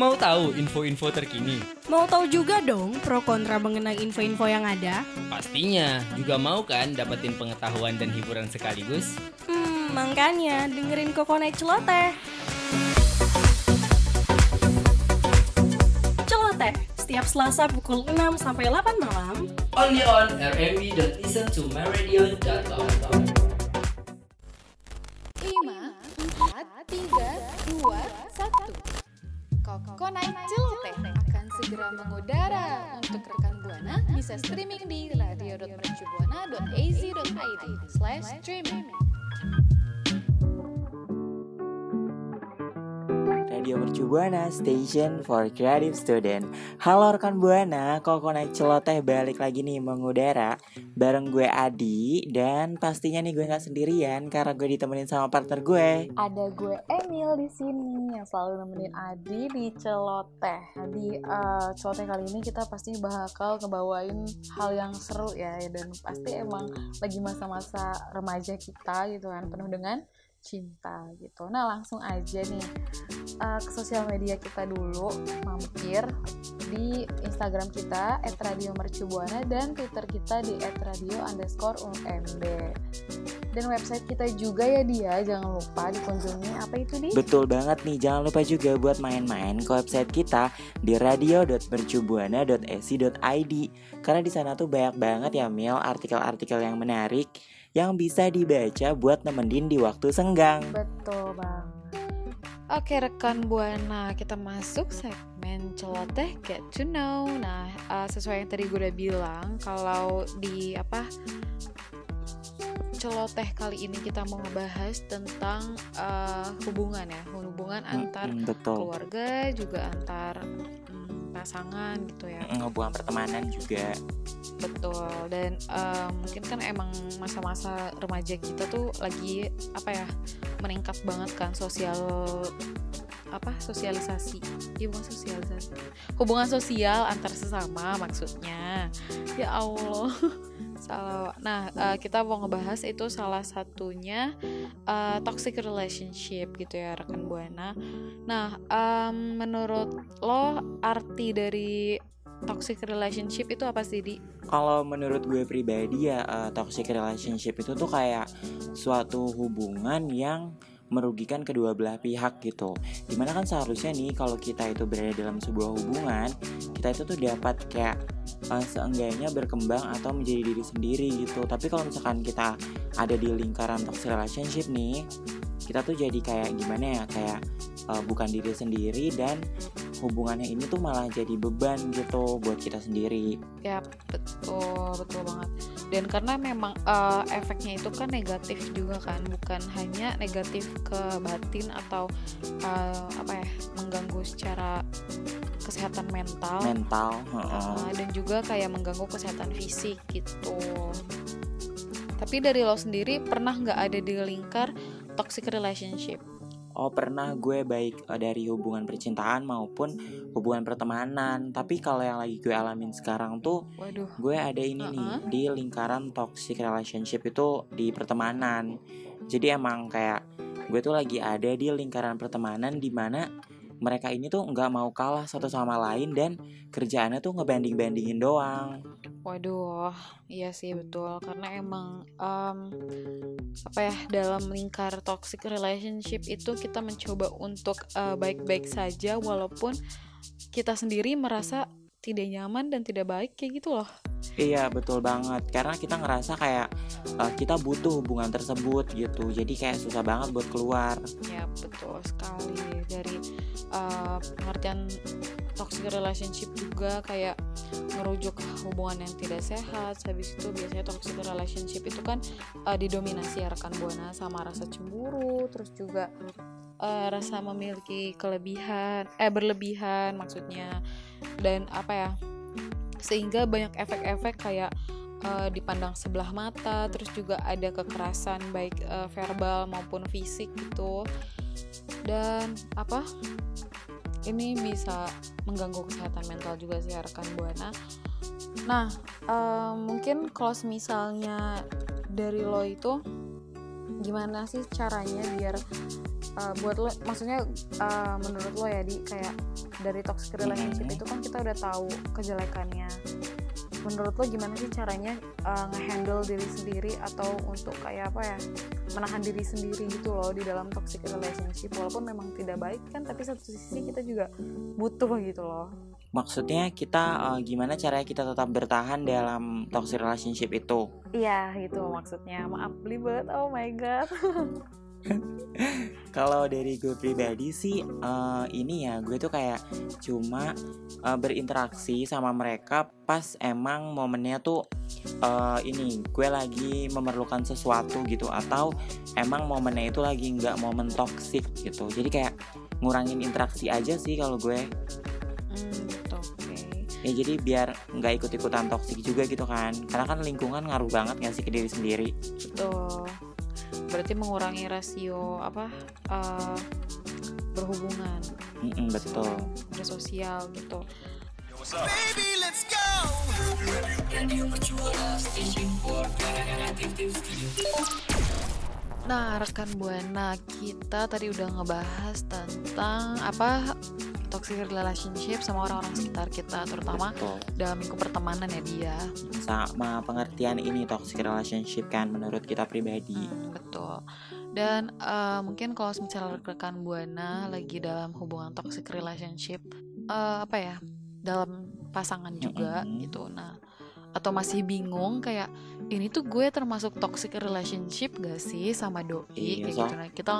Mau tahu info-info terkini? Mau tahu juga dong pro kontra mengenai info-info yang ada? Pastinya. Juga mau kan dapetin pengetahuan dan hiburan sekaligus? Makanya dengerin Kokonai Celoteh. Celoteh, setiap Selasa pukul 6 sampai 8 malam. Only on rmb.listentomyradio.com. 5, 4, 3, 2, 1. Kokonai Celoteh akan segera mengudara. Untuk rekan Buana bisa streaming di radio.mercubuana.az.id/streaming. Radio Mercu Buana, Station for Creative Student. Halo rekan Buana, Kokonai Celoteh balik lagi nih mengudara bareng gue Adi. Dan pastinya nih gue gak sendirian karena gue ditemenin sama partner gue. Ada gue Emil di sini yang selalu nemenin Adi di Celoteh. Di Celoteh kali ini kita pasti bakal ngebawain hal yang seru ya, dan pasti emang lagi masa-masa remaja kita gitu kan, penuh dengan cinta gitu. Nah langsung aja nih ke sosial media kita dulu, mampir di Instagram kita @radiomercubuana dan Twitter kita di @radio_UMB. Dan website kita juga ya dia, jangan lupa dikunjungi. Apa itu Di? Betul banget nih, jangan lupa juga buat main-main ke website kita di radio.mercubuana.ac.id. Karena di sana tuh banyak banget ya Mil, artikel-artikel yang menarik yang bisa dibaca buat nemenin di waktu senggang. Betul bang. Oke rekan Buana, kita masuk segmen Celoteh Get to Know. Nah, sesuai yang tadi gue udah bilang, kalau di Celoteh kali ini kita mau ngebahas tentang hubungan ya, hubungan antar keluarga juga antar pasangan gitu ya. Hubungan pertemanan juga. Betul, dan mungkin kan emang masa-masa remaja kita tuh lagi meningkat banget kan sosialisasi. Ya bukan sosialisasi. Hubungan sosial antar sesama maksudnya. Ya Allah. Salah. Nah, kita mau ngebahas itu salah satunya toxic relationship gitu ya rekan Buana. Nah, menurut lo arti dari toxic relationship itu apa sih, Di? Kalau menurut gue pribadi ya, toxic relationship itu tuh kayak suatu hubungan yang merugikan kedua belah pihak gitu. Dimana kan seharusnya nih kalau kita itu berada dalam sebuah hubungan, kita itu tuh dapat kayak seenggaknya berkembang atau menjadi diri sendiri gitu. Tapi kalau misalkan kita ada di lingkaran toxic relationship nih, kita tuh jadi kayak gimana ya, kayak bukan diri sendiri, dan hubungannya ini tuh malah jadi beban gitu buat kita sendiri. Ya betul banget. Dan karena memang efeknya itu kan negatif juga kan, bukan hanya negatif ke batin atau mengganggu secara kesehatan mental, dan juga kayak mengganggu kesehatan fisik gitu. Tapi dari lo sendiri pernah nggak ada di lingkar toxic relationship? Oh pernah, gue baik dari hubungan percintaan maupun hubungan pertemanan. Tapi kalau yang lagi gue alamin sekarang tuh, gue ada ini nih di lingkaran toxic relationship itu di pertemanan. Jadi emang kayak gue tuh lagi ada di lingkaran pertemanan di mana mereka ini tuh nggak mau kalah satu sama lain dan kerjaannya tuh ngebanding-bandingin doang. Waduh, iya sih betul. Karena emang dalam lingkar toxic relationship itu kita mencoba untuk baik-baik saja walaupun kita sendiri merasa tidak nyaman dan tidak baik kayak gitu loh. Iya betul banget, karena kita ngerasa kayak kita butuh hubungan tersebut gitu. Jadi kayak susah banget buat keluar. Ya betul sekali. Dari pengertian toxic relationship juga kayak merujuk hubungan yang tidak sehat. Habis itu biasanya toxic relationship itu kan didominasi ya rekan Buana sama rasa cemburu, terus juga rasa memiliki berlebihan maksudnya, dan sehingga banyak efek-efek kayak dipandang sebelah mata, terus juga ada kekerasan baik verbal maupun fisik gitu, dan ini bisa mengganggu kesehatan mental juga sih rekan Buana. Nah, mungkin kalau misalnya dari lo itu gimana sih caranya biar buat lo, maksudnya menurut lo ya kayak dari toxic relationship itu kan kita udah tahu kejelekannya. Menurut lo gimana sih caranya ngehandle diri sendiri atau untuk kayak apa ya, menahan diri sendiri gitu loh di dalam toxic relationship, walaupun memang tidak baik kan, tapi satu sisi kita juga butuh gitu loh. Maksudnya kita gimana caranya kita tetap bertahan dalam toxic relationship itu? Iya gitu maksudnya, maaf belibet, oh my god. Kalau dari gue pribadi sih ini ya, gue tuh kayak cuma berinteraksi sama mereka pas emang momennya tuh ini gue lagi memerlukan sesuatu gitu, atau emang momennya itu lagi nggak momen toksik gitu. Jadi kayak ngurangin interaksi aja sih kalau gue. Ya jadi biar nggak ikut-ikutan toksik juga gitu kan, karena kan lingkungan ngaruh banget nggak sih ke diri sendiri. Betul. Berarti mengurangi rasio berhubungan. Betul. Bersosial gitu. Baby, let's go. Nah, rekan Buana, kita tadi udah ngebahas tentang apa toxic relationship sama orang-orang sekitar kita, terutama dalam lingkup pertemanan ya dia. Sama pengertian ini toxic relationship kan menurut kita pribadi. Betul. Dan mungkin kalau misalnya rekan Buana lagi dalam hubungan toxic relationship, apa ya, dalam pasangan juga gitu. Nah, atau masih bingung kayak ini tuh gue termasuk toxic relationship gak sih sama doi kayak gitu. Nah, kita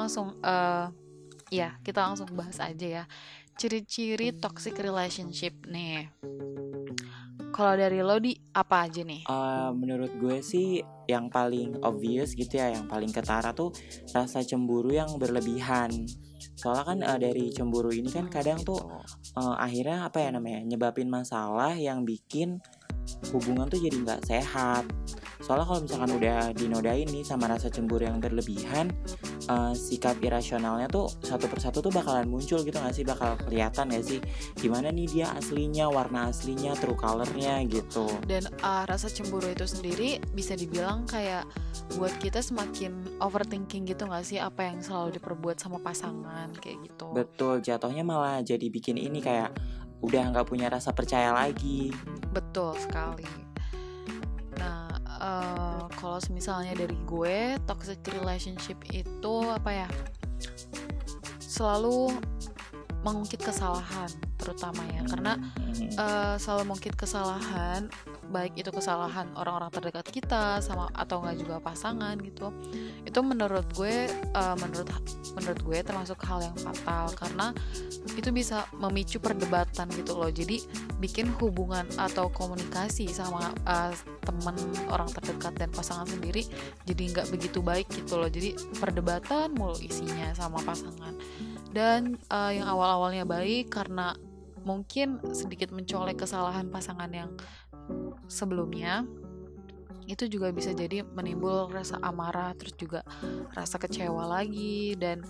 langsung bahas aja ya. Ciri-ciri toxic relationship nih. Kalau dari lo di apa aja nih? Menurut gue sih yang paling obvious gitu ya, yang paling ketara tuh rasa cemburu yang berlebihan. Soalnya kan dari cemburu ini kan kadang tuh akhirnya apa ya namanya, nyebabin masalah yang bikin hubungan tuh jadi nggak sehat. Soalnya kalau misalkan udah dinodain nih sama rasa cemburu yang berlebihan, sikap irasionalnya tuh satu persatu tuh bakalan muncul gitu nggak sih, bakal kelihatan nggak sih gimana nih dia aslinya, warna aslinya, true colornya gitu. Dan rasa cemburu itu sendiri bisa dibilang kayak buat kita semakin overthinking gitu nggak sih, apa yang selalu diperbuat sama pasangan kayak gitu. Betul, jatuhnya malah jadi bikin ini kayak udah nggak punya rasa percaya lagi. Betul sekali. Nah, kalau misalnya dari gue, toxic relationship itu apa ya, selalu mengungkit kesalahan terutama ya, karena selalu mengungkit kesalahan, baik itu kesalahan orang-orang terdekat kita sama atau nggak juga pasangan gitu. Itu menurut gue termasuk hal yang fatal, karena itu bisa memicu perdebatan gitu loh. Jadi bikin hubungan atau komunikasi sama teman, orang terdekat dan pasangan sendiri jadi nggak begitu baik gitu loh. Jadi perdebatan mulu isinya sama pasangan. Dan yang awal-awalnya baik karena mungkin sedikit mencolek kesalahan pasangan yang sebelumnya, itu juga bisa jadi menimbul rasa amarah, terus juga rasa kecewa lagi. Dan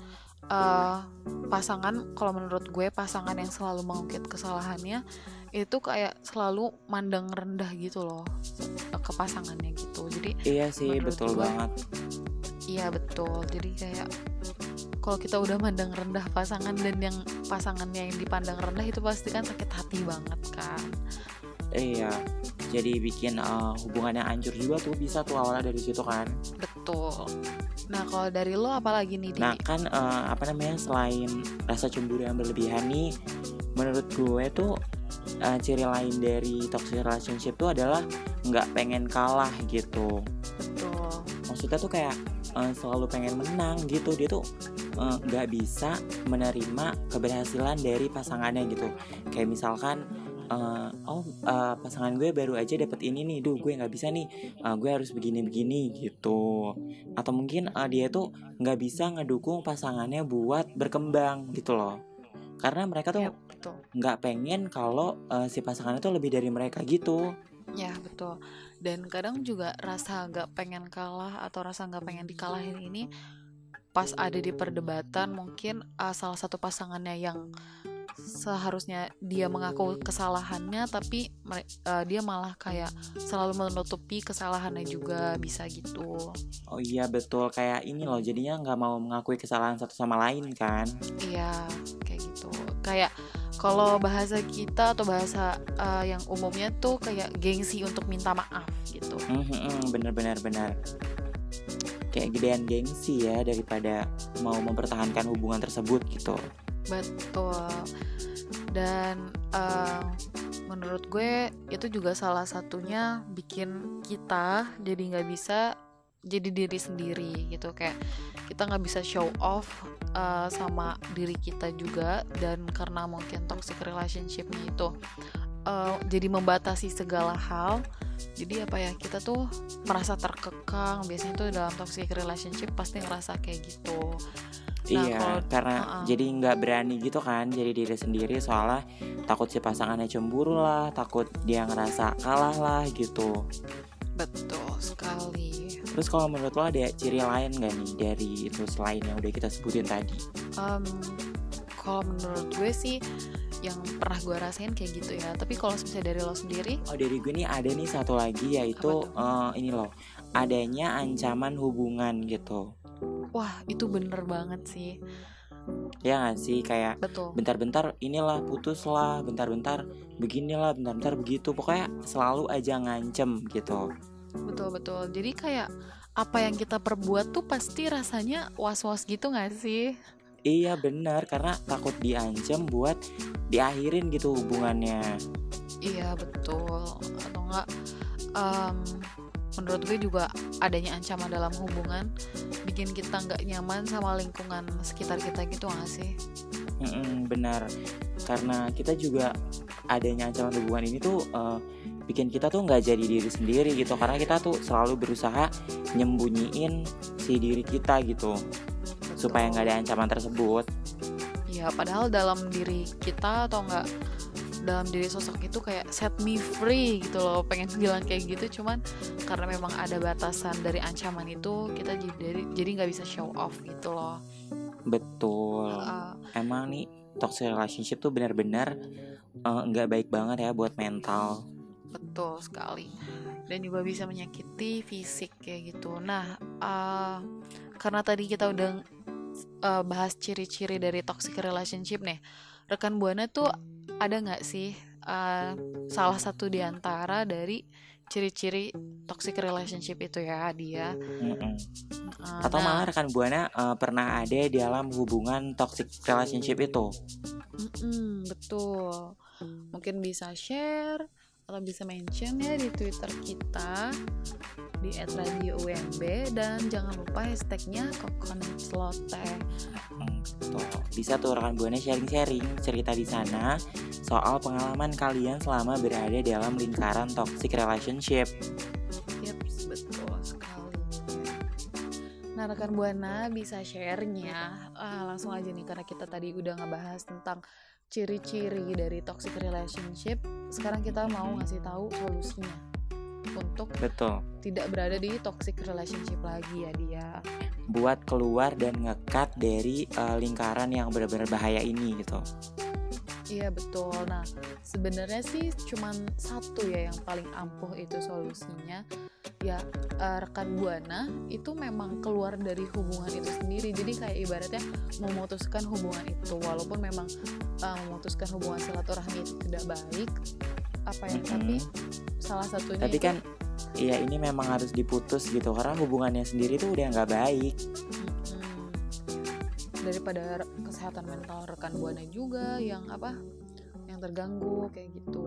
pasangan, kalau menurut gue pasangan yang selalu mengungkit kesalahannya itu kayak selalu mandang rendah gitu loh ke pasangannya gitu. Jadi iya sih, betul gue, banget. Iya betul. Jadi kayak kalau kita udah mandang rendah pasangan, dan yang pasangannya yang dipandang rendah, itu pasti kan sakit hati banget kan. Iya, jadi bikin hubungannya hancur juga tuh, bisa tuh awalnya dari situ kan. Betul. Nah kalau dari lo apalagi nih? Nah kan selain rasa cemburu yang berlebihan nih, menurut gue tuh ciri lain dari toxic relationship tuh adalah nggak pengen kalah gitu. Betul. Maksudnya tuh kayak selalu pengen menang gitu. Dia tuh nggak bisa menerima keberhasilan dari pasangannya gitu. Kayak misalkan pasangan gue baru aja dapet ini nih, gue nggak bisa nih, gue harus begini-begini gitu. Atau mungkin dia tuh nggak bisa ngedukung pasangannya buat berkembang gitu loh, karena mereka tuh nggak pengen kalau si pasangannya tuh lebih dari mereka gitu. Ya betul. Dan kadang juga rasa nggak pengen kalah atau rasa nggak pengen dikalahin ini pas ada di perdebatan, mungkin salah satu pasangannya yang seharusnya dia mengaku kesalahannya, tapi dia malah kayak selalu menutupi kesalahannya juga, bisa gitu. Oh iya betul, kayak ini loh, jadinya nggak mau mengakui kesalahan satu sama lain kan. Iya, kayak gitu. Kayak kalau bahasa kita atau bahasa yang umumnya tuh kayak gengsi untuk minta maaf gitu. Bener. Kayak gedean gengsi ya daripada mau mempertahankan hubungan tersebut gitu. Betul. Dan menurut gue itu juga salah satunya bikin kita jadi nggak bisa jadi diri sendiri gitu. Kayak kita nggak bisa show off sama diri kita juga, dan karena mungkin toxic relationship-nya itu jadi membatasi segala hal. Jadi apa ya, kita tuh merasa terkekang. Biasanya tuh dalam toxic relationship pasti ngerasa kayak gitu. Nah, Iya, karena jadi nggak berani gitu kan, jadi diri sendiri, soalnya takut si pasangannya cemburu lah, takut dia ngerasa kalah lah gitu. Betul sekali. Terus kalau menurut lo ada ciri lain nggak nih dari itu selain yang udah kita sebutin tadi? Kalau menurut gue sih yang pernah gue rasain kayak gitu ya. Tapi kalau misalnya dari lo sendiri? Oh, dari gue nih ada nih satu lagi, yaitu ini loh, adanya ancaman hubungan gitu. Wah, itu bener banget sih. Ya gak sih, kayak Betul. bentar-bentar inilah putus lah, bentar-bentar beginilah, bentar-bentar begitu. Pokoknya selalu aja ngancem gitu. Betul. Jadi kayak apa yang kita perbuat tuh pasti rasanya was-was gitu gak sih? Iya benar, karena takut diancem buat diakhirin gitu hubungannya. Iya betul. Atau enggak menurut gue juga adanya ancaman dalam hubungan bikin kita nggak nyaman sama lingkungan sekitar kita gitu nggak sih? Benar, karena kita juga adanya ancaman hubungan ini tuh bikin kita tuh nggak jadi diri sendiri gitu, karena kita tuh selalu berusaha nyembunyiin si diri kita gitu. Betul. Supaya nggak ada ancaman tersebut. Ya padahal dalam diri kita atau enggak dalam diri sosok itu kayak set me free gitu loh, pengen bilang kayak gitu, cuman karena memang ada batasan dari ancaman itu, kita jadi nggak bisa show off gitu loh. Betul. Emang nih toxic relationship tuh benar-benar nggak baik banget ya buat mental. Betul sekali. Dan juga bisa menyakiti fisik kayak gitu. Nah, karena tadi kita udah bahas ciri-ciri dari toxic relationship nih, rekan Buana tuh ada nggak sih salah satu di antara dari ciri-ciri toxic relationship itu ya dia? Atau malah rekan Buana pernah ada di dalam hubungan toxic relationship itu? Betul. Mungkin bisa share atau bisa mention ya di Twitter kita di @radioUMB, dan jangan lupa hashtagnya #kokonceloteh. Bisa tuh rekan Buana sharing-sharing cerita di sana soal pengalaman kalian selama berada dalam lingkaran toxic relationship. Yaps, betul sekali. Nah rekan Buana bisa share-nya langsung aja nih, karena kita tadi udah ngebahas tentang ciri-ciri dari toxic relationship. Sekarang kita mau ngasih tahu solusinya untuk tidak berada di toxic relationship lagi ya dia. Buat keluar dan nge-cut dari lingkaran yang benar-benar bahaya ini gitu. Iya betul. Nah sebenarnya sih cuman satu ya yang paling ampuh itu solusinya. Ya rekan Buana itu memang keluar dari hubungan itu sendiri. Jadi kayak ibaratnya memutuskan hubungan itu, walaupun memang memutuskan hubungan silaturahmi itu tidak baik tapi salah satunya tapi itu, kan iya ini memang harus diputus gitu, karena hubungannya sendiri tuh udah nggak baik. Daripada kesehatan mental rekan Buana juga yang terganggu kayak gitu.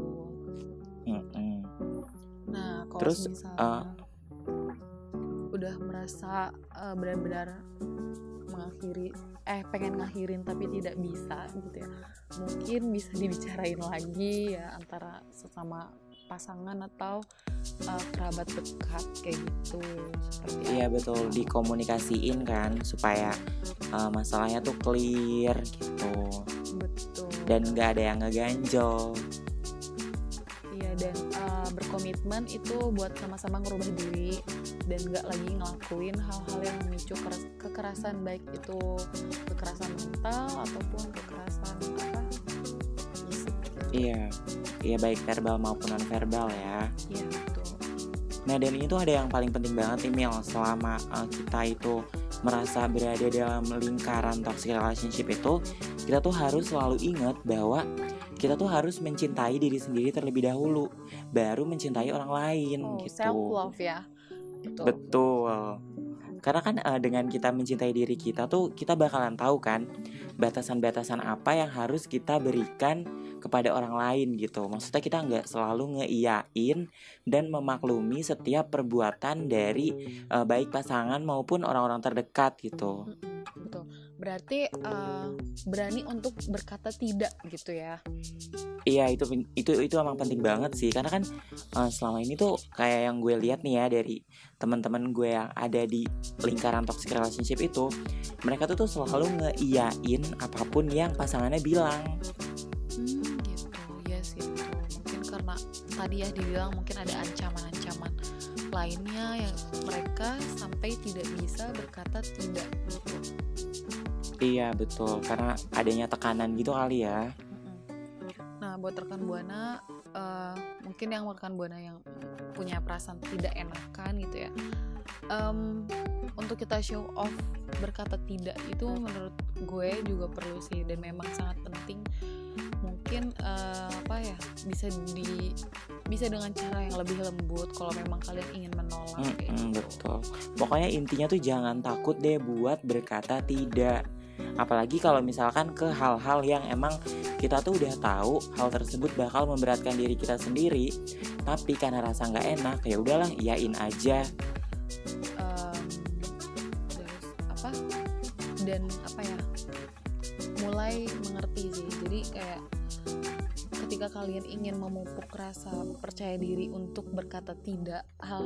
Nah kalau terus misalnya udah merasa benar-benar mengakhiri pengen ngakhirin tapi tidak bisa gitu ya, mungkin bisa dibicarain lagi ya antara sesama pasangan atau kerabat dekat kayak gitu, seperti iya betul, dikomunikasiin kan supaya masalahnya tuh clear gitu. Betul. Dan nggak ada yang ngeganjel. Iya, dan berkomitmen itu buat sama-sama ngerubah diri dan nggak lagi ngelakuin hal-hal yang memicu kekerasan, baik itu kekerasan mental ataupun kekerasan Iya, iya baik verbal maupun non verbal ya. Iya betul. Nah dan ini tuh ada yang paling penting banget nih Mil, selama kita itu merasa berada dalam lingkaran toxic relationship itu, kita tuh harus selalu ingat bahwa kita tuh harus mencintai diri sendiri terlebih dahulu, baru mencintai orang lain gitu. Self love ya. Betul. Karena kan dengan kita mencintai diri kita tuh kita bakalan tahu kan batasan-batasan apa yang harus kita berikan kepada orang lain gitu. Maksudnya kita nggak selalu ngeiyain dan memaklumi setiap perbuatan dari baik pasangan maupun orang-orang terdekat gitu. Betul. Berarti berani untuk berkata tidak gitu ya. Iya itu emang penting banget sih, karena kan selama ini tuh kayak yang gue lihat nih ya dari teman-teman gue yang ada di lingkaran toxic relationship itu, mereka tuh selalu ngeiyain apapun yang pasangannya bilang. Gitu ya sih betul. Mungkin karena tadi ya dibilang mungkin ada ancaman-ancaman lainnya yang mereka sampai tidak bisa berkata tidak gitu. Iya betul, karena adanya tekanan gitu kali ya. Nah buat rekan Buana, mungkin yang rekan Buana yang punya perasaan tidak enakan gitu ya, untuk kita show off berkata tidak itu menurut gue juga perlu sih, dan memang sangat penting. Mungkin bisa dengan cara yang lebih lembut kalau memang kalian ingin menolak kayak gitu. Betul. Pokoknya intinya tuh jangan takut deh buat berkata tidak. Apalagi kalau misalkan ke hal-hal yang emang kita tuh udah tahu hal tersebut bakal memberatkan diri kita sendiri, tapi karena rasa nggak enak ya udahlah iyain aja. Mulai mengerti sih. Jadi kayak ketika kalian ingin memupuk rasa percaya diri untuk berkata tidak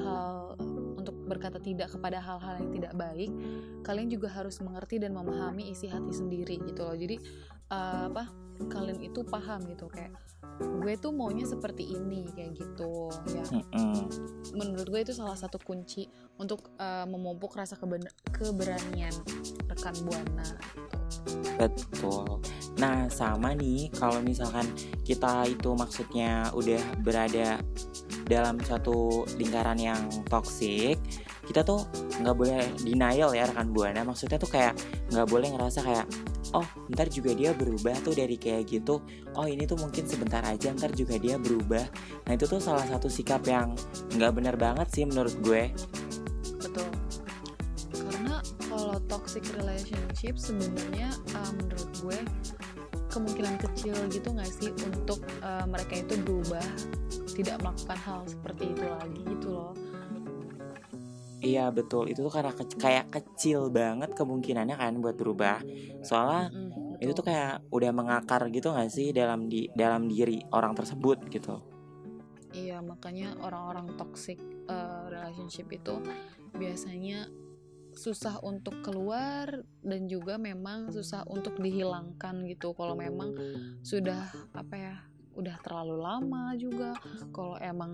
kepada hal-hal yang tidak baik, kalian juga harus mengerti dan memahami isi hati sendiri gitu loh. Jadi kalian itu paham gitu, kayak gue tuh maunya seperti ini kayak gitu ya. Menurut gue itu salah satu kunci untuk memupuk rasa keberanian rekan Buana gitu. Betul. Nah sama nih kalau misalkan kita itu maksudnya udah berada dalam suatu lingkaran yang toksik, kita tuh nggak boleh denial ya rekan Buana. Maksudnya tuh kayak nggak boleh ngerasa kayak oh ntar juga dia berubah tuh dari kayak gitu, oh ini tuh mungkin sebentar aja ntar juga dia berubah. Nah itu tuh salah satu sikap yang nggak benar banget sih menurut gue. Betul. Karena kalau toxic relationship sebenarnya menurut gue kemungkinan kecil gitu nggak sih untuk mereka itu berubah, tidak melakukan hal seperti itu lagi gitu loh. Iya betul, itu tuh karena kayak kecil banget kemungkinannya kan buat berubah. Soalnya itu tuh kayak udah mengakar gitu gak sih dalam diri orang tersebut gitu. Iya, makanya orang-orang toxic relationship itu biasanya susah untuk keluar dan juga memang susah untuk dihilangkan gitu. Kalau memang sudah udah terlalu lama juga. Kalau emang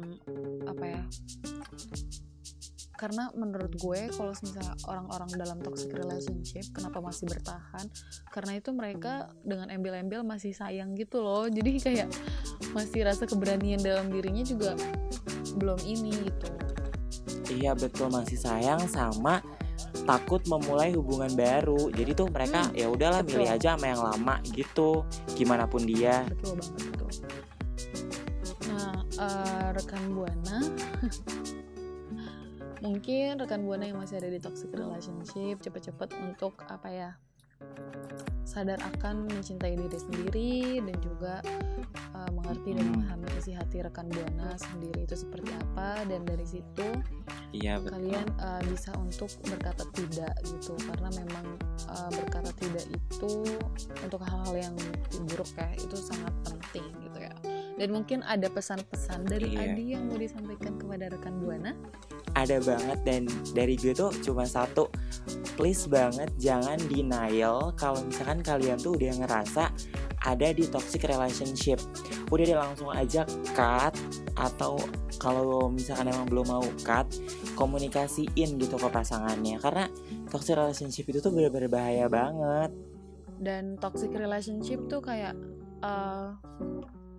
karena menurut gue kalau misalnya orang-orang dalam toxic relationship kenapa masih bertahan, karena itu mereka dengan embel-embel masih sayang gitu loh. Jadi kayak masih rasa keberanian dalam dirinya juga belum ini gitu. Iya betul, masih sayang sama takut memulai hubungan baru. Jadi tuh mereka ya udahlah milih aja sama yang lama gitu, gimana pun dia. Betul banget betul. Nah rekan Buana mungkin rekan Buana yang masih ada di toxic relationship, cepet-cepet untuk sadar akan mencintai diri sendiri dan juga mengerti dan memahami isi hati rekan Buana sendiri itu seperti apa, dan dari situ kalian bisa untuk berkata tidak gitu, karena memang berkata tidak itu untuk hal-hal yang buruk ya itu sangat penting gitu ya. Dan mungkin ada pesan-pesan dari Adi yang mau disampaikan kepada rekan Buana? Ada banget, dan dari gue tuh cuma satu, please banget jangan denial kalau misalkan kalian tuh udah ngerasa ada di toxic relationship. Udah deh langsung aja cut, atau kalau misalkan emang belum mau cut, komunikasiin gitu ke pasangannya, karena toxic relationship itu tuh bener-bener bahaya banget. Dan toxic relationship tuh kayak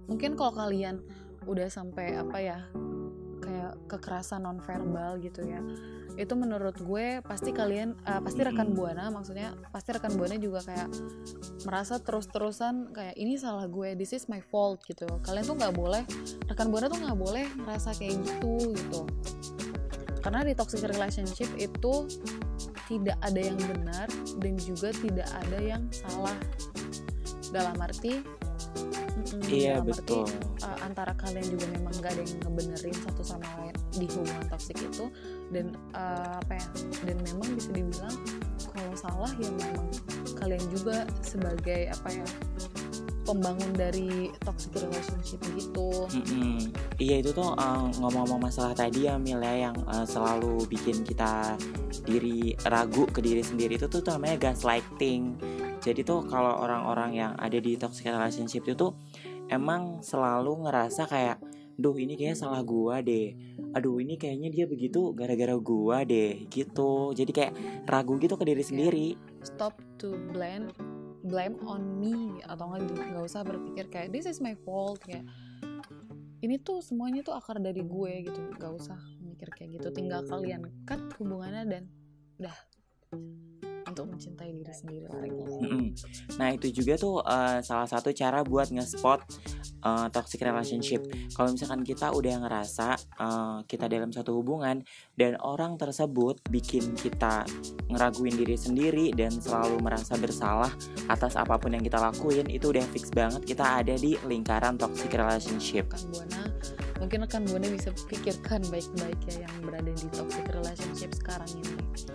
mungkin kalau kalian udah sampai apa ya, kayak kekerasan nonverbal gitu ya, itu menurut gue pasti kalian pasti rekan buana, maksudnya pasti rekan buana juga kayak merasa terus-terusan kayak ini salah gue, this is my fault gitu. Kalian tuh nggak boleh, rekan buana tuh nggak boleh ngerasa kayak gitu. Karena di toxic relationship itu tidak ada yang benar dan juga tidak ada yang salah. Dalam arti Iya, dalam betul. arti antara kalian juga memang gak ada yang ngebenerin satu sama lain di hubungan toksik itu, dan dan memang bisa dibilang kalau salah ya memang kalian juga sebagai pembangun dari toxic relationship gitu. Iya, itu tuh ngomong-ngomong masalah tadi ya Mil ya, yang selalu bikin kita ragu ke diri sendiri, itu tuh namanya gaslighting. Jadi tuh kalau orang-orang yang ada di toxic relationship itu tuh emang selalu ngerasa kayak, duh ini kayaknya salah gua deh, aduh ini kayaknya dia begitu gara-gara gua deh gitu. Jadi kayak ragu gitu ke diri sendiri. Stop to blame on me, atau nggak usah berpikir kayak this is my fault, kayak ini tuh semuanya tuh akar dari gue gitu. Nggak usah mikir kayak gitu, tinggal kalian cut hubungannya dan udah, untuk mencintai diri sendiri lagi. Nah itu juga tuh salah satu cara buat nge-spot toxic relationship. Kalau misalkan kita udah ngerasa kita dalam satu hubungan dan orang tersebut bikin kita ngeraguin diri sendiri dan selalu merasa bersalah atas apapun yang kita lakuin, itu udah fix banget kita ada di lingkaran toxic relationship. Mungkin rekan buana bisa pikirkan baik-baik ya yang berada di toxic relationship sekarang ini.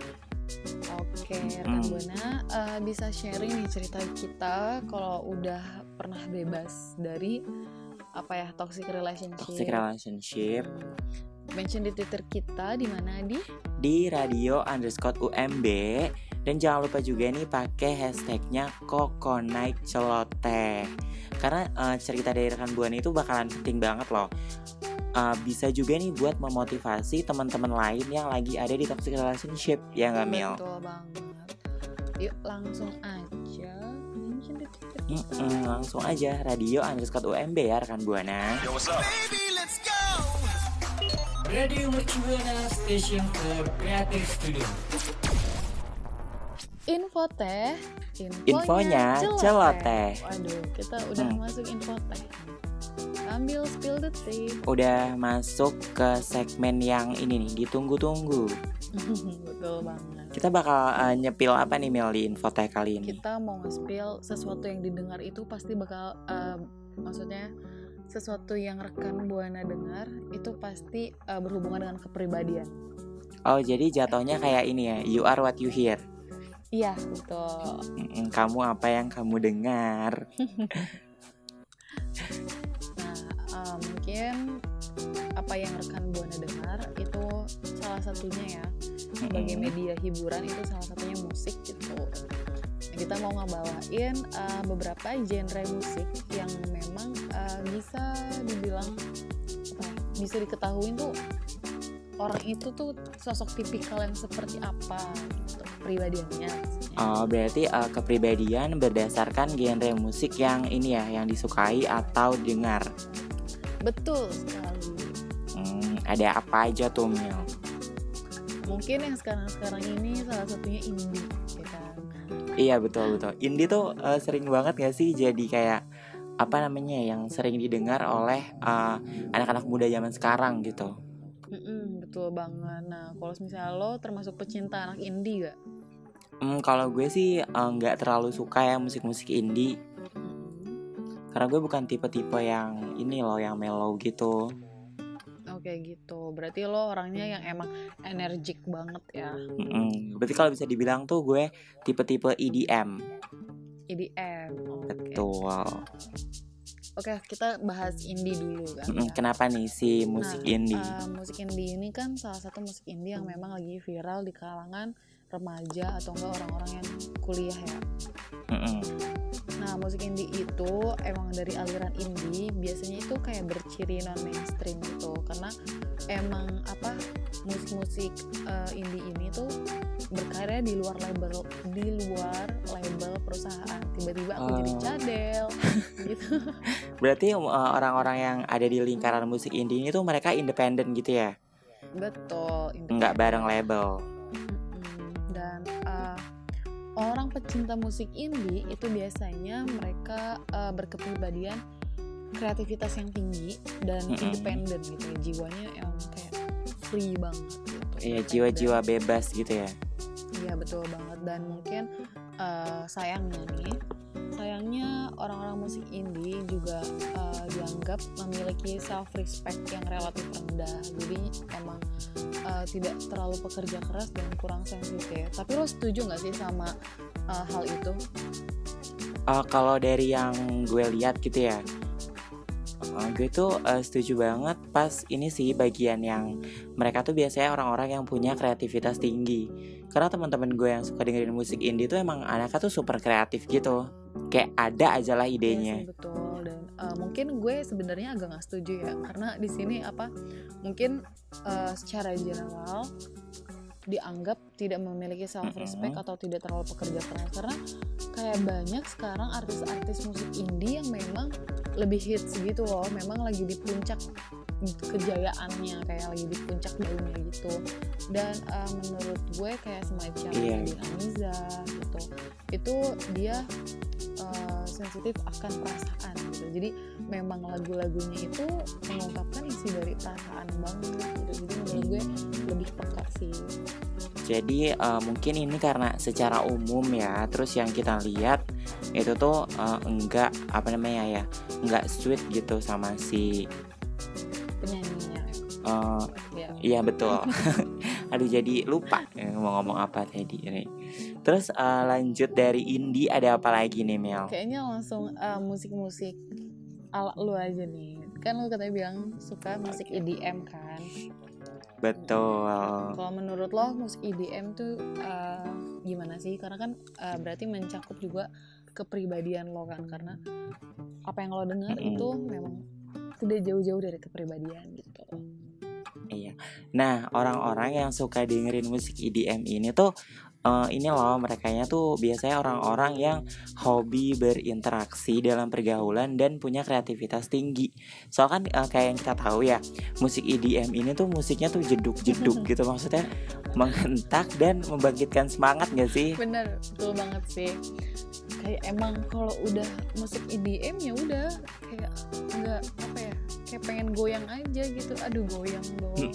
Oke, rekan buana bisa sharing nih cerita kita kalau udah pernah bebas dari toxic relationship. Mention di Twitter kita di mana di radio_UMB, dan jangan lupa juga nih pakai hashtagnya #kokonaikceloteh, karena cerita dari rekan buana itu bakalan penting banget loh. Bisa juga nih buat memotivasi teman-teman lain yang lagi ada di toxic relationship, ya nggak Mil? Betul banget. Yuk langsung aja mention di Twitter kita. Langsung aja radio_UMB ya rekan buana. Yo, what's up? Baby, let's go. Radio Mercubuana Station for Creative Studio. Info teh, Infonya celoteh. Waduh, kita udah masuk info teh. Ambil spill the tea. Udah masuk ke segmen yang ini nih, ditunggu-tunggu. Betul banget. Kita bakal nyepil apa nih Mel di info teh kali ini? Kita mau nge-spill sesuatu yang didengar itu pasti bakal maksudnya sesuatu yang rekan buana dengar itu pasti berhubungan dengan kepribadian. Oh, jadi jatuhnya kayak ini ya, you are what you hear. Iya, betul. Kamu apa yang kamu dengar. Nah, mungkin apa yang rekan buana dengar itu salah satunya ya, sebagai media hiburan itu salah satunya musik gitu. Kita mau ngebawain beberapa genre musik yang memang bisa dibilang bisa diketahui tuh orang itu tuh sosok tipikal yang seperti apa gitu, kepribadiannya. Oh, berarti kepribadian berdasarkan genre musik yang ini ya, yang disukai atau dengar. Betul sekali. Ada apa aja tuh Mil? Mungkin yang sekarang ini salah satunya indie, ya kan? Iya betul. Indie tuh sering banget gak sih jadi kayak yang sering didengar oleh anak-anak muda zaman sekarang gitu. Betul banget. Nah, kalau misalnya lo termasuk pecinta anak indie gak? Kalau gue sih nggak terlalu suka ya musik-musik indie. Karena gue bukan tipe-tipe yang ini loh, yang mellow gitu. Oke gitu. Berarti lo orangnya yang emang energik banget ya. Berarti kalau bisa dibilang tuh gue tipe-tipe EDM. EDM. Betul. Oke, kita bahas indie dulu kan. Kenapa nih si musik indie? Musik indie ini kan salah satu musik indie yang memang lagi viral di kalangan remaja atau enggak orang-orang yang kuliah ya. Nah, musik indie itu emang dari aliran indie biasanya itu kayak berciri non mainstream gitu, karena emang musik-musik indie ini tuh berkarya di luar label perusahaan. Tiba-tiba aku jadi cadel gitu. Berarti orang-orang yang ada di lingkaran musik indie ini tuh mereka independen gitu ya? Betul, Nggak bareng label. Dan orang pecinta musik indie itu biasanya mereka berkepribadian kreativitas yang tinggi dan independen gitu ya, jiwanya yang kayak free banget gitu. Iya, jiwa-jiwa bebas gitu ya. Iya, betul banget. Dan mungkin sayangnya orang-orang musik indie juga dianggap memiliki self respect yang relatif rendah. Jadi emang tidak terlalu pekerja keras dan kurang sensitif. Tapi lo setuju nggak sih sama hal itu? Kalau dari yang gue lihat gitu ya, gue tuh setuju banget pas ini sih bagian yang mereka tuh biasanya orang-orang yang punya kreativitas tinggi. Karena teman-teman gue yang suka dengerin musik indie tuh emang anaknya tuh super kreatif gitu. Kayak ada aja lah idenya. Iya sih, betul. Dan mungkin gue sebenarnya agak nggak setuju ya, karena di sini mungkin secara general dianggap tidak memiliki self respect atau tidak terlalu pekerja keras, karena kayak banyak sekarang artis-artis musik indie yang memang lebih hits gitu loh, memang lagi di puncak kejayaannya, kayak lagi di puncak daunnya gitu. Dan menurut gue kayak semacam Nadine Amiza gitu, itu dia sensitif akan perasaan gitu. Jadi memang lagu-lagunya itu mengungkapkan isi dari perasaan banget gitu. Jadi menurut gue lebih peka sih. Jadi mungkin ini karena secara umum ya, terus yang kita lihat itu tuh enggak enggak sweet gitu sama si penyanyinya. Iya betul. Aduh, jadi lupa mau ngomong apa tadi ini. Terus lanjut dari indie ada apa lagi nih, Mel? Kayaknya langsung musik-musik ala lu aja nih. Kan lu katanya bilang suka musik EDM kan? Betul. Kalau menurut lo musik EDM tuh gimana sih? Karena kan berarti mencakup juga kepribadian lo kan, karena apa yang lo dengar itu memang tidak jauh-jauh dari kepribadian gitu. Iya. Nah, orang-orang yang suka dengerin musik EDM ini tuh ini loh, merekanya tuh biasanya orang-orang yang hobi berinteraksi dalam pergaulan dan punya kreativitas tinggi. Soalnya kan kayak yang kita tahu ya, musik EDM ini tuh musiknya tuh jeduk-jeduk gitu, maksudnya menghentak dan membangkitkan semangat gak sih? Bener, betul banget sih. Kayak emang kalau udah musik EDM ya udah kayak nggak kayak pengen goyang aja gitu. Aduh, goyang dong.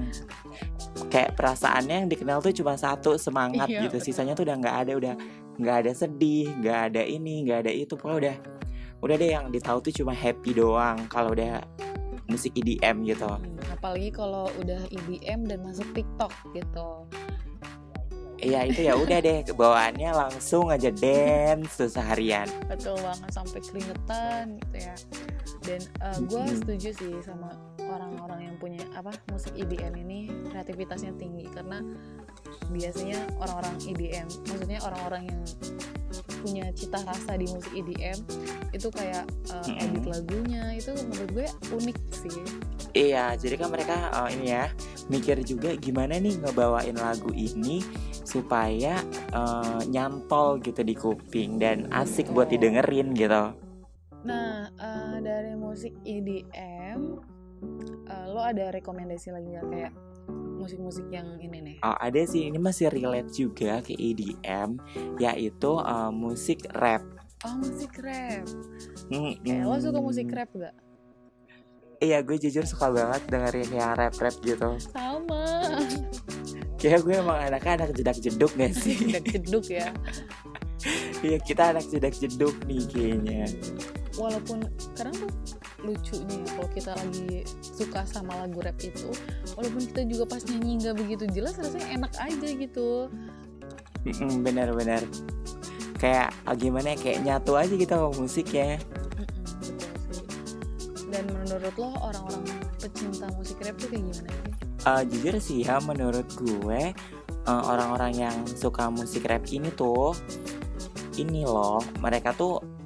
Kayak perasaannya yang dikenal tuh cuma satu, semangat gitu. Sisanya tuh udah nggak ada sedih, nggak ada ini, nggak ada itu. Pokoknya udah deh yang ditahu tuh cuma happy doang kalau udah musik EDM gitu. Apalagi kalau udah EDM dan masuk TikTok gitu. Iya, itu ya udah deh, bawaannya langsung aja dance tuh seharian. Betul banget, sampai keringetan gitu ya. Dan gue setuju sih sama orang-orang yang punya musik EDM ini kreativitasnya tinggi, karena biasanya orang-orang EDM, maksudnya orang-orang yang punya cita rasa di musik EDM itu kayak edit lagunya itu menurut gue unik sih. Iya, jadi kan mereka ini ya mikir juga gimana nih ngebawain lagu ini supaya nyantol gitu di kuping dan asik buat didengerin gitu. Nah, dari musik EDM lo ada rekomendasi lagi nggak kayak musik-musik yang ini nih? Oh, ada sih, ini masih relate juga ke EDM, yaitu musik rap. Oh, musik rap. Lo suka musik rap gak? Iya, gue jujur suka banget dengerin yang rap-rap gitu. Sama. Kayak gue emang anak jedak-jeduk gak sih? Jedak-jeduk ya. Iya, kita anak jedak-jeduk nih kayaknya. Walaupun kadang tuh lucunya kalau kita lagi suka sama lagu rap itu, walaupun kita juga pas nyanyi nggak begitu jelas, rasanya enak aja gitu. Benar-benar kayak gimana ya, kayak nyatu aja gitu sama musik ya. Betul sih. Dan menurut lo orang-orang pecinta musik rap tuh kayak gimana sih? Jujur sih ya, menurut gue orang-orang yang suka musik rap ini tuh ini loh, mereka tuh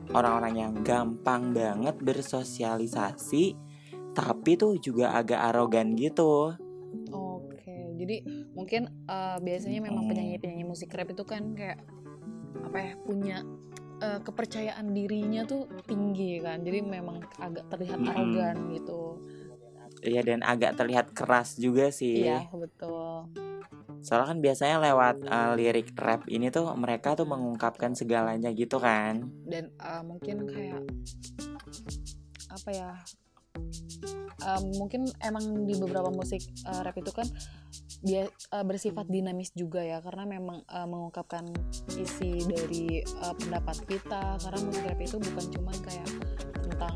orang-orang yang gampang banget bersosialisasi, tapi tuh juga agak arogan gitu. Oke, jadi mungkin biasanya memang penyanyi-penyanyi musik rap itu kan kayak apa ya, punya kepercayaan dirinya tuh tinggi kan, jadi memang agak terlihat arogan gitu. Iya, dan agak terlihat keras juga sih. Iya, betul. Soalnya kan biasanya lewat lirik rap ini tuh mereka tuh mengungkapkan segalanya gitu kan. Dan mungkin kayak apa ya, mungkin emang di beberapa musik rap itu kan dia bersifat dinamis juga ya, karena memang mengungkapkan isi dari pendapat kita, karena musik rap itu bukan cuma kayak tentang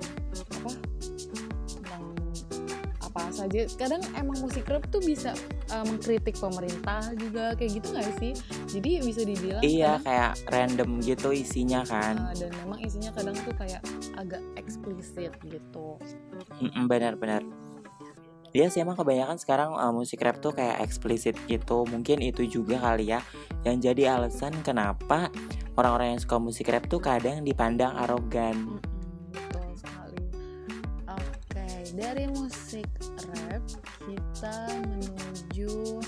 apa saja. Kadang emang musik rap tuh bisa mengkritik pemerintah juga, kayak gitu nggak sih? Jadi bisa dibilang Iya, kadang, kayak random gitu isinya kan. dan memang isinya kadang tuh kayak agak eksplisit gitu. Benar-benar. Iya sih, emang kebanyakan sekarang musik rap tuh kayak eksplisit gitu. Mungkin itu juga kali ya yang jadi alasan kenapa orang-orang yang suka musik rap tuh kadang dipandang arogan. Betul sekali. Oke, dari musik rap kita menuju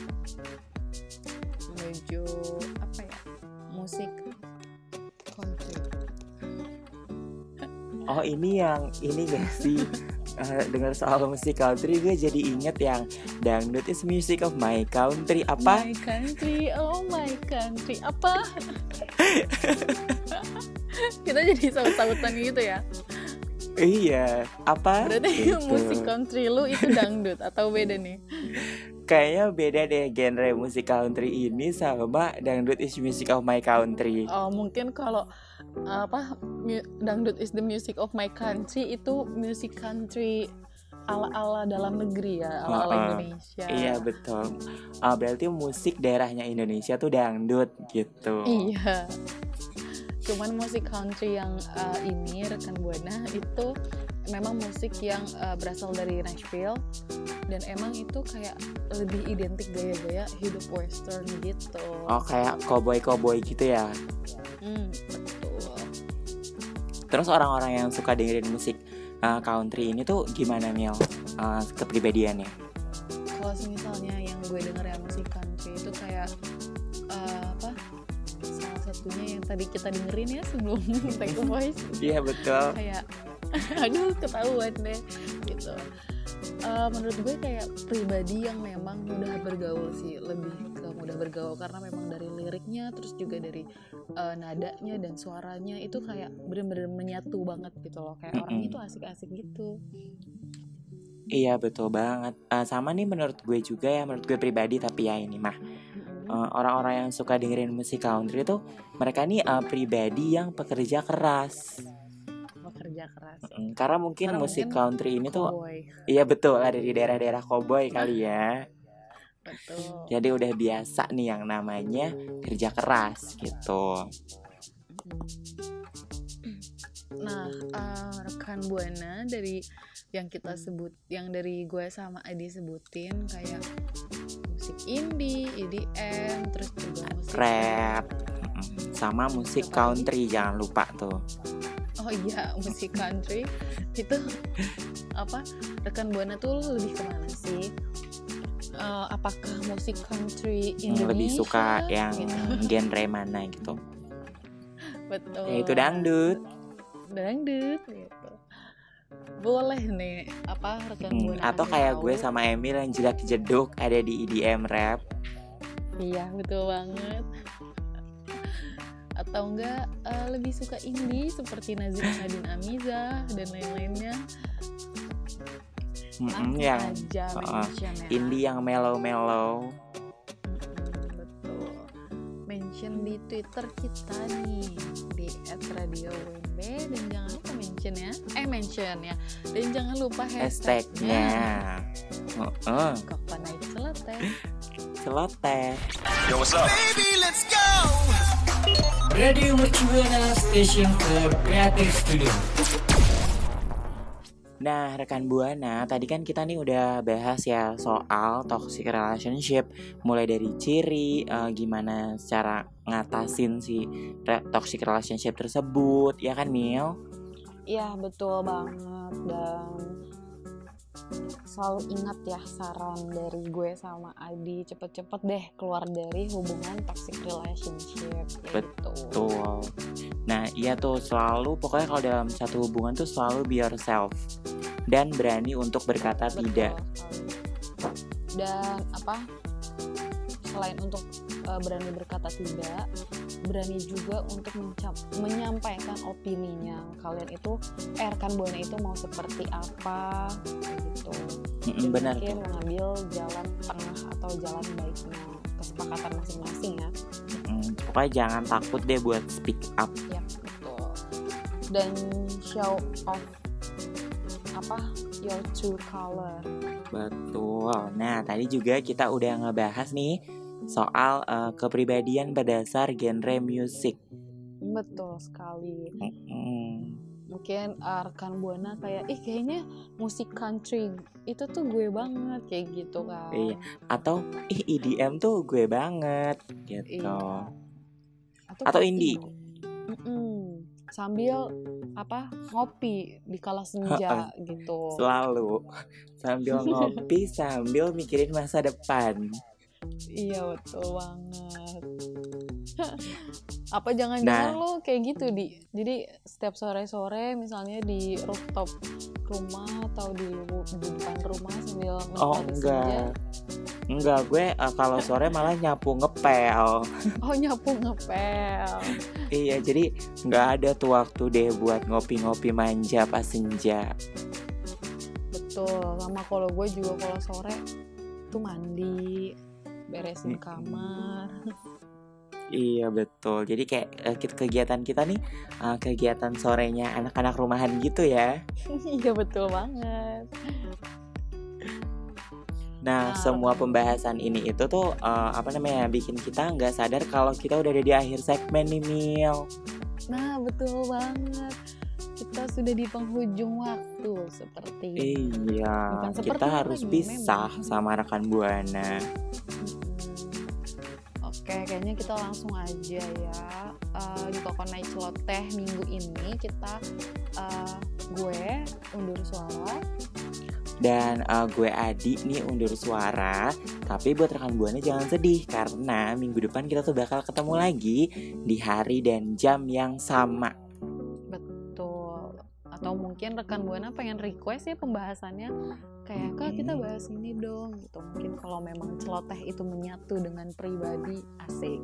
apa ya? Musik country. Oh, ini gak sih? Dengar soal musik country gue jadi inget yang dangdut is music of my country. Apa? My country, oh my country. Apa? Kita jadi saut-sautan gitu ya. Iya, apa? Berarti Gitu. musik country lu itu dangdut atau beda nih? Kayaknya beda deh genre musik country ini sama dangdut is music of my country. Oh, mungkin kalau dangdut is the music of my country itu music country ala-ala dalam negeri ya, ala-ala Indonesia. Iya, betul. Berarti musik daerahnya Indonesia tuh dangdut gitu. Iya. Cuman musik country yang ini rekan Buana itu memang musik yang berasal dari Nashville, dan emang itu kayak lebih identik gaya-gaya hidup western gitu. Oh, kayak cowboy gitu ya. Betul. Terus orang-orang yang suka dengerin musik country ini tuh gimana, Mil? Kepribadiannya? Kalau misalnya yang gue denger ya musik country itu kayak salah satunya yang tadi kita dengerin ya sebelum Take a Voice. Iya, betul. Kayak aduh ketahuan deh gitu. Menurut gue kayak pribadi yang memang mudah bergaul sih, lebih ke mudah bergaul karena memang dari liriknya, terus juga dari nadanya dan suaranya itu kayak bener-bener menyatu banget gitu loh, kayak orang itu asik-asik gitu. Iya, betul banget. Sama nih menurut gue juga ya, menurut gue pribadi, tapi ya ini mah orang-orang yang suka dengerin musik country tuh mereka nih pribadi yang pekerja keras. Karena mungkin musik country ini tuh cowboy. Iya, betul, ada di daerah-daerah cowboy kali ya. Betul. Jadi udah biasa nih yang namanya kerja keras gitu. Nah, rekan Buana, dari yang kita sebut, yang dari gue sama Adi sebutin kayak musik indie, EDM, terus juga musik Rap, sama musik country jangan lupa tuh. Oh iya, musik country itu apa? Rekan Buana tuh lebih kemana sih? Apakah musik country Indonesia? Lebih suka yang gitu. genre mana gitu? Betul. Yaitu dangdut. Dangdut gitu. Boleh nih rekan Buana Atau kasih kayak tahu. gue sama Emil yang jedak-jeduk ada di EDM rap. Iya, betul banget. Atau enggak lebih suka indie seperti Nazim Nadine Amiza dan lain-lainnya. Langsung Yang aja mention ya. indie yang mellow-mellow. Betul. Mention di Twitter kita nih di @radio.wb, dan jangan lupa mention ya. Dan jangan lupa hashtagnya. Kapan naik celoteh. Celoteh. Yo, what's up? Baby, let's go. Radio Mercubuana Station for Creative Studio. Nah, rekan Buana, tadi kan kita nih udah bahas ya soal toxic relationship, mulai dari ciri, gimana cara ngatasin si toxic relationship tersebut, ya kan Mil? Iya betul banget, dan selalu ingat ya saran dari gue sama Adi, cepet-cepet deh keluar dari hubungan toxic relationship gitu. Betul. Nah, iya tuh selalu, pokoknya kalau dalam satu hubungan tuh selalu be yourself dan berani untuk berkata tidak. Dan selain untuk berani berkata tidak, berani juga untuk menyampaikan opininya. Kalian itu rekan Buana itu mau seperti apa gitu. Dan Benar mungkin tuh. mengambil jalan tengah atau jalan baiknya, kesepakatan masing-masing ya. Pokoknya jangan takut deh buat speak up. Ya betul. Dan show off your true color. Betul. Nah, tadi juga kita udah ngebahas nih soal kepribadian berdasar genre musik. Betul sekali. Mungkin rekan Buana kayak kayaknya musik country itu tuh gue banget kayak gitu kan. Iya. Atau EDM tuh gue banget gitu. Iya. Atau indie. Sambil ngopi di kala senja gitu. Selalu sambil ngopi sambil mikirin masa depan. Iya betul banget. Apa jangan-jangan lo kayak gitu jadi setiap sore-sore misalnya di rooftop rumah atau di depan rumah sambil menikmati senja. Enggak, gue kalau sore malah nyapu ngepel. Oh, nyapu ngepel. Iya, jadi nggak ada tuh waktu deh buat ngopi-ngopi manja pas senja. Betul, sama kalau gue juga kalau sore tuh mandi, beresin kamar. Iya betul. Jadi kayak kegiatan kita nih kegiatan sorenya anak-anak rumahan gitu ya. Iya betul banget. Nah, semua pembahasan ini itu tuh bikin kita nggak sadar kalau kita udah ada di akhir segmen nih, Mil. Nah, betul banget. Kita sudah di penghujung waktu seperti Iya, kita harus pisah sama rekan Buana. Oke, kayaknya kita langsung aja ya. Di Toko Night Celoteh minggu ini kita gue undur suara. Dan gue Adi nih undur suara. Tapi buat rekan Buana jangan sedih, karena minggu depan kita tuh bakal ketemu lagi di hari dan jam yang sama. Betul. Atau mungkin rekan Buana pengen request ya pembahasannya, kayak Kak kita bahas ini dong gitu. Mungkin kalau memang celoteh itu menyatu dengan pribadi, asik.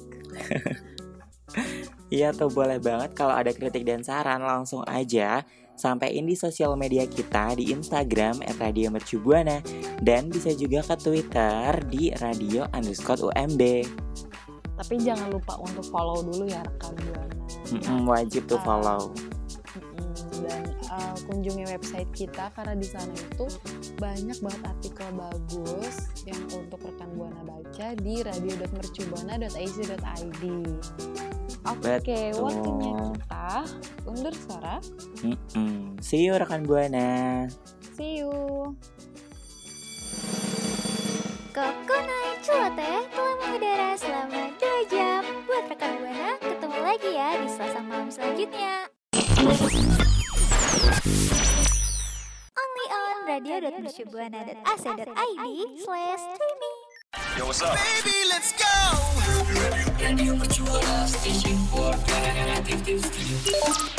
Iya tuh, boleh banget. Kalau ada kritik dan saran langsung aja sampein di sosial media kita di Instagram @radiomercubuana, dan bisa juga ke Twitter di radio_UMB. Tapi jangan lupa untuk follow dulu ya rekan Buana. Wajib tuh follow. Dan kunjungi website kita karena di sana itu banyak banget artikel bagus yang untuk rekan Buana baca di radio.mercubuana.ac.id. Oke, waktunya kita undur suara. See you rekan Buana. See you. Toko Night Celoteh telah mengudara selama 2 jam. Buat rekan Buana, ketemu lagi ya di Selasa malam selanjutnya. Only on radio.mercubuana.ac.id/streaming. Yo, what's up? Baby, let's go! Radio Mercubuana, station for creative studio.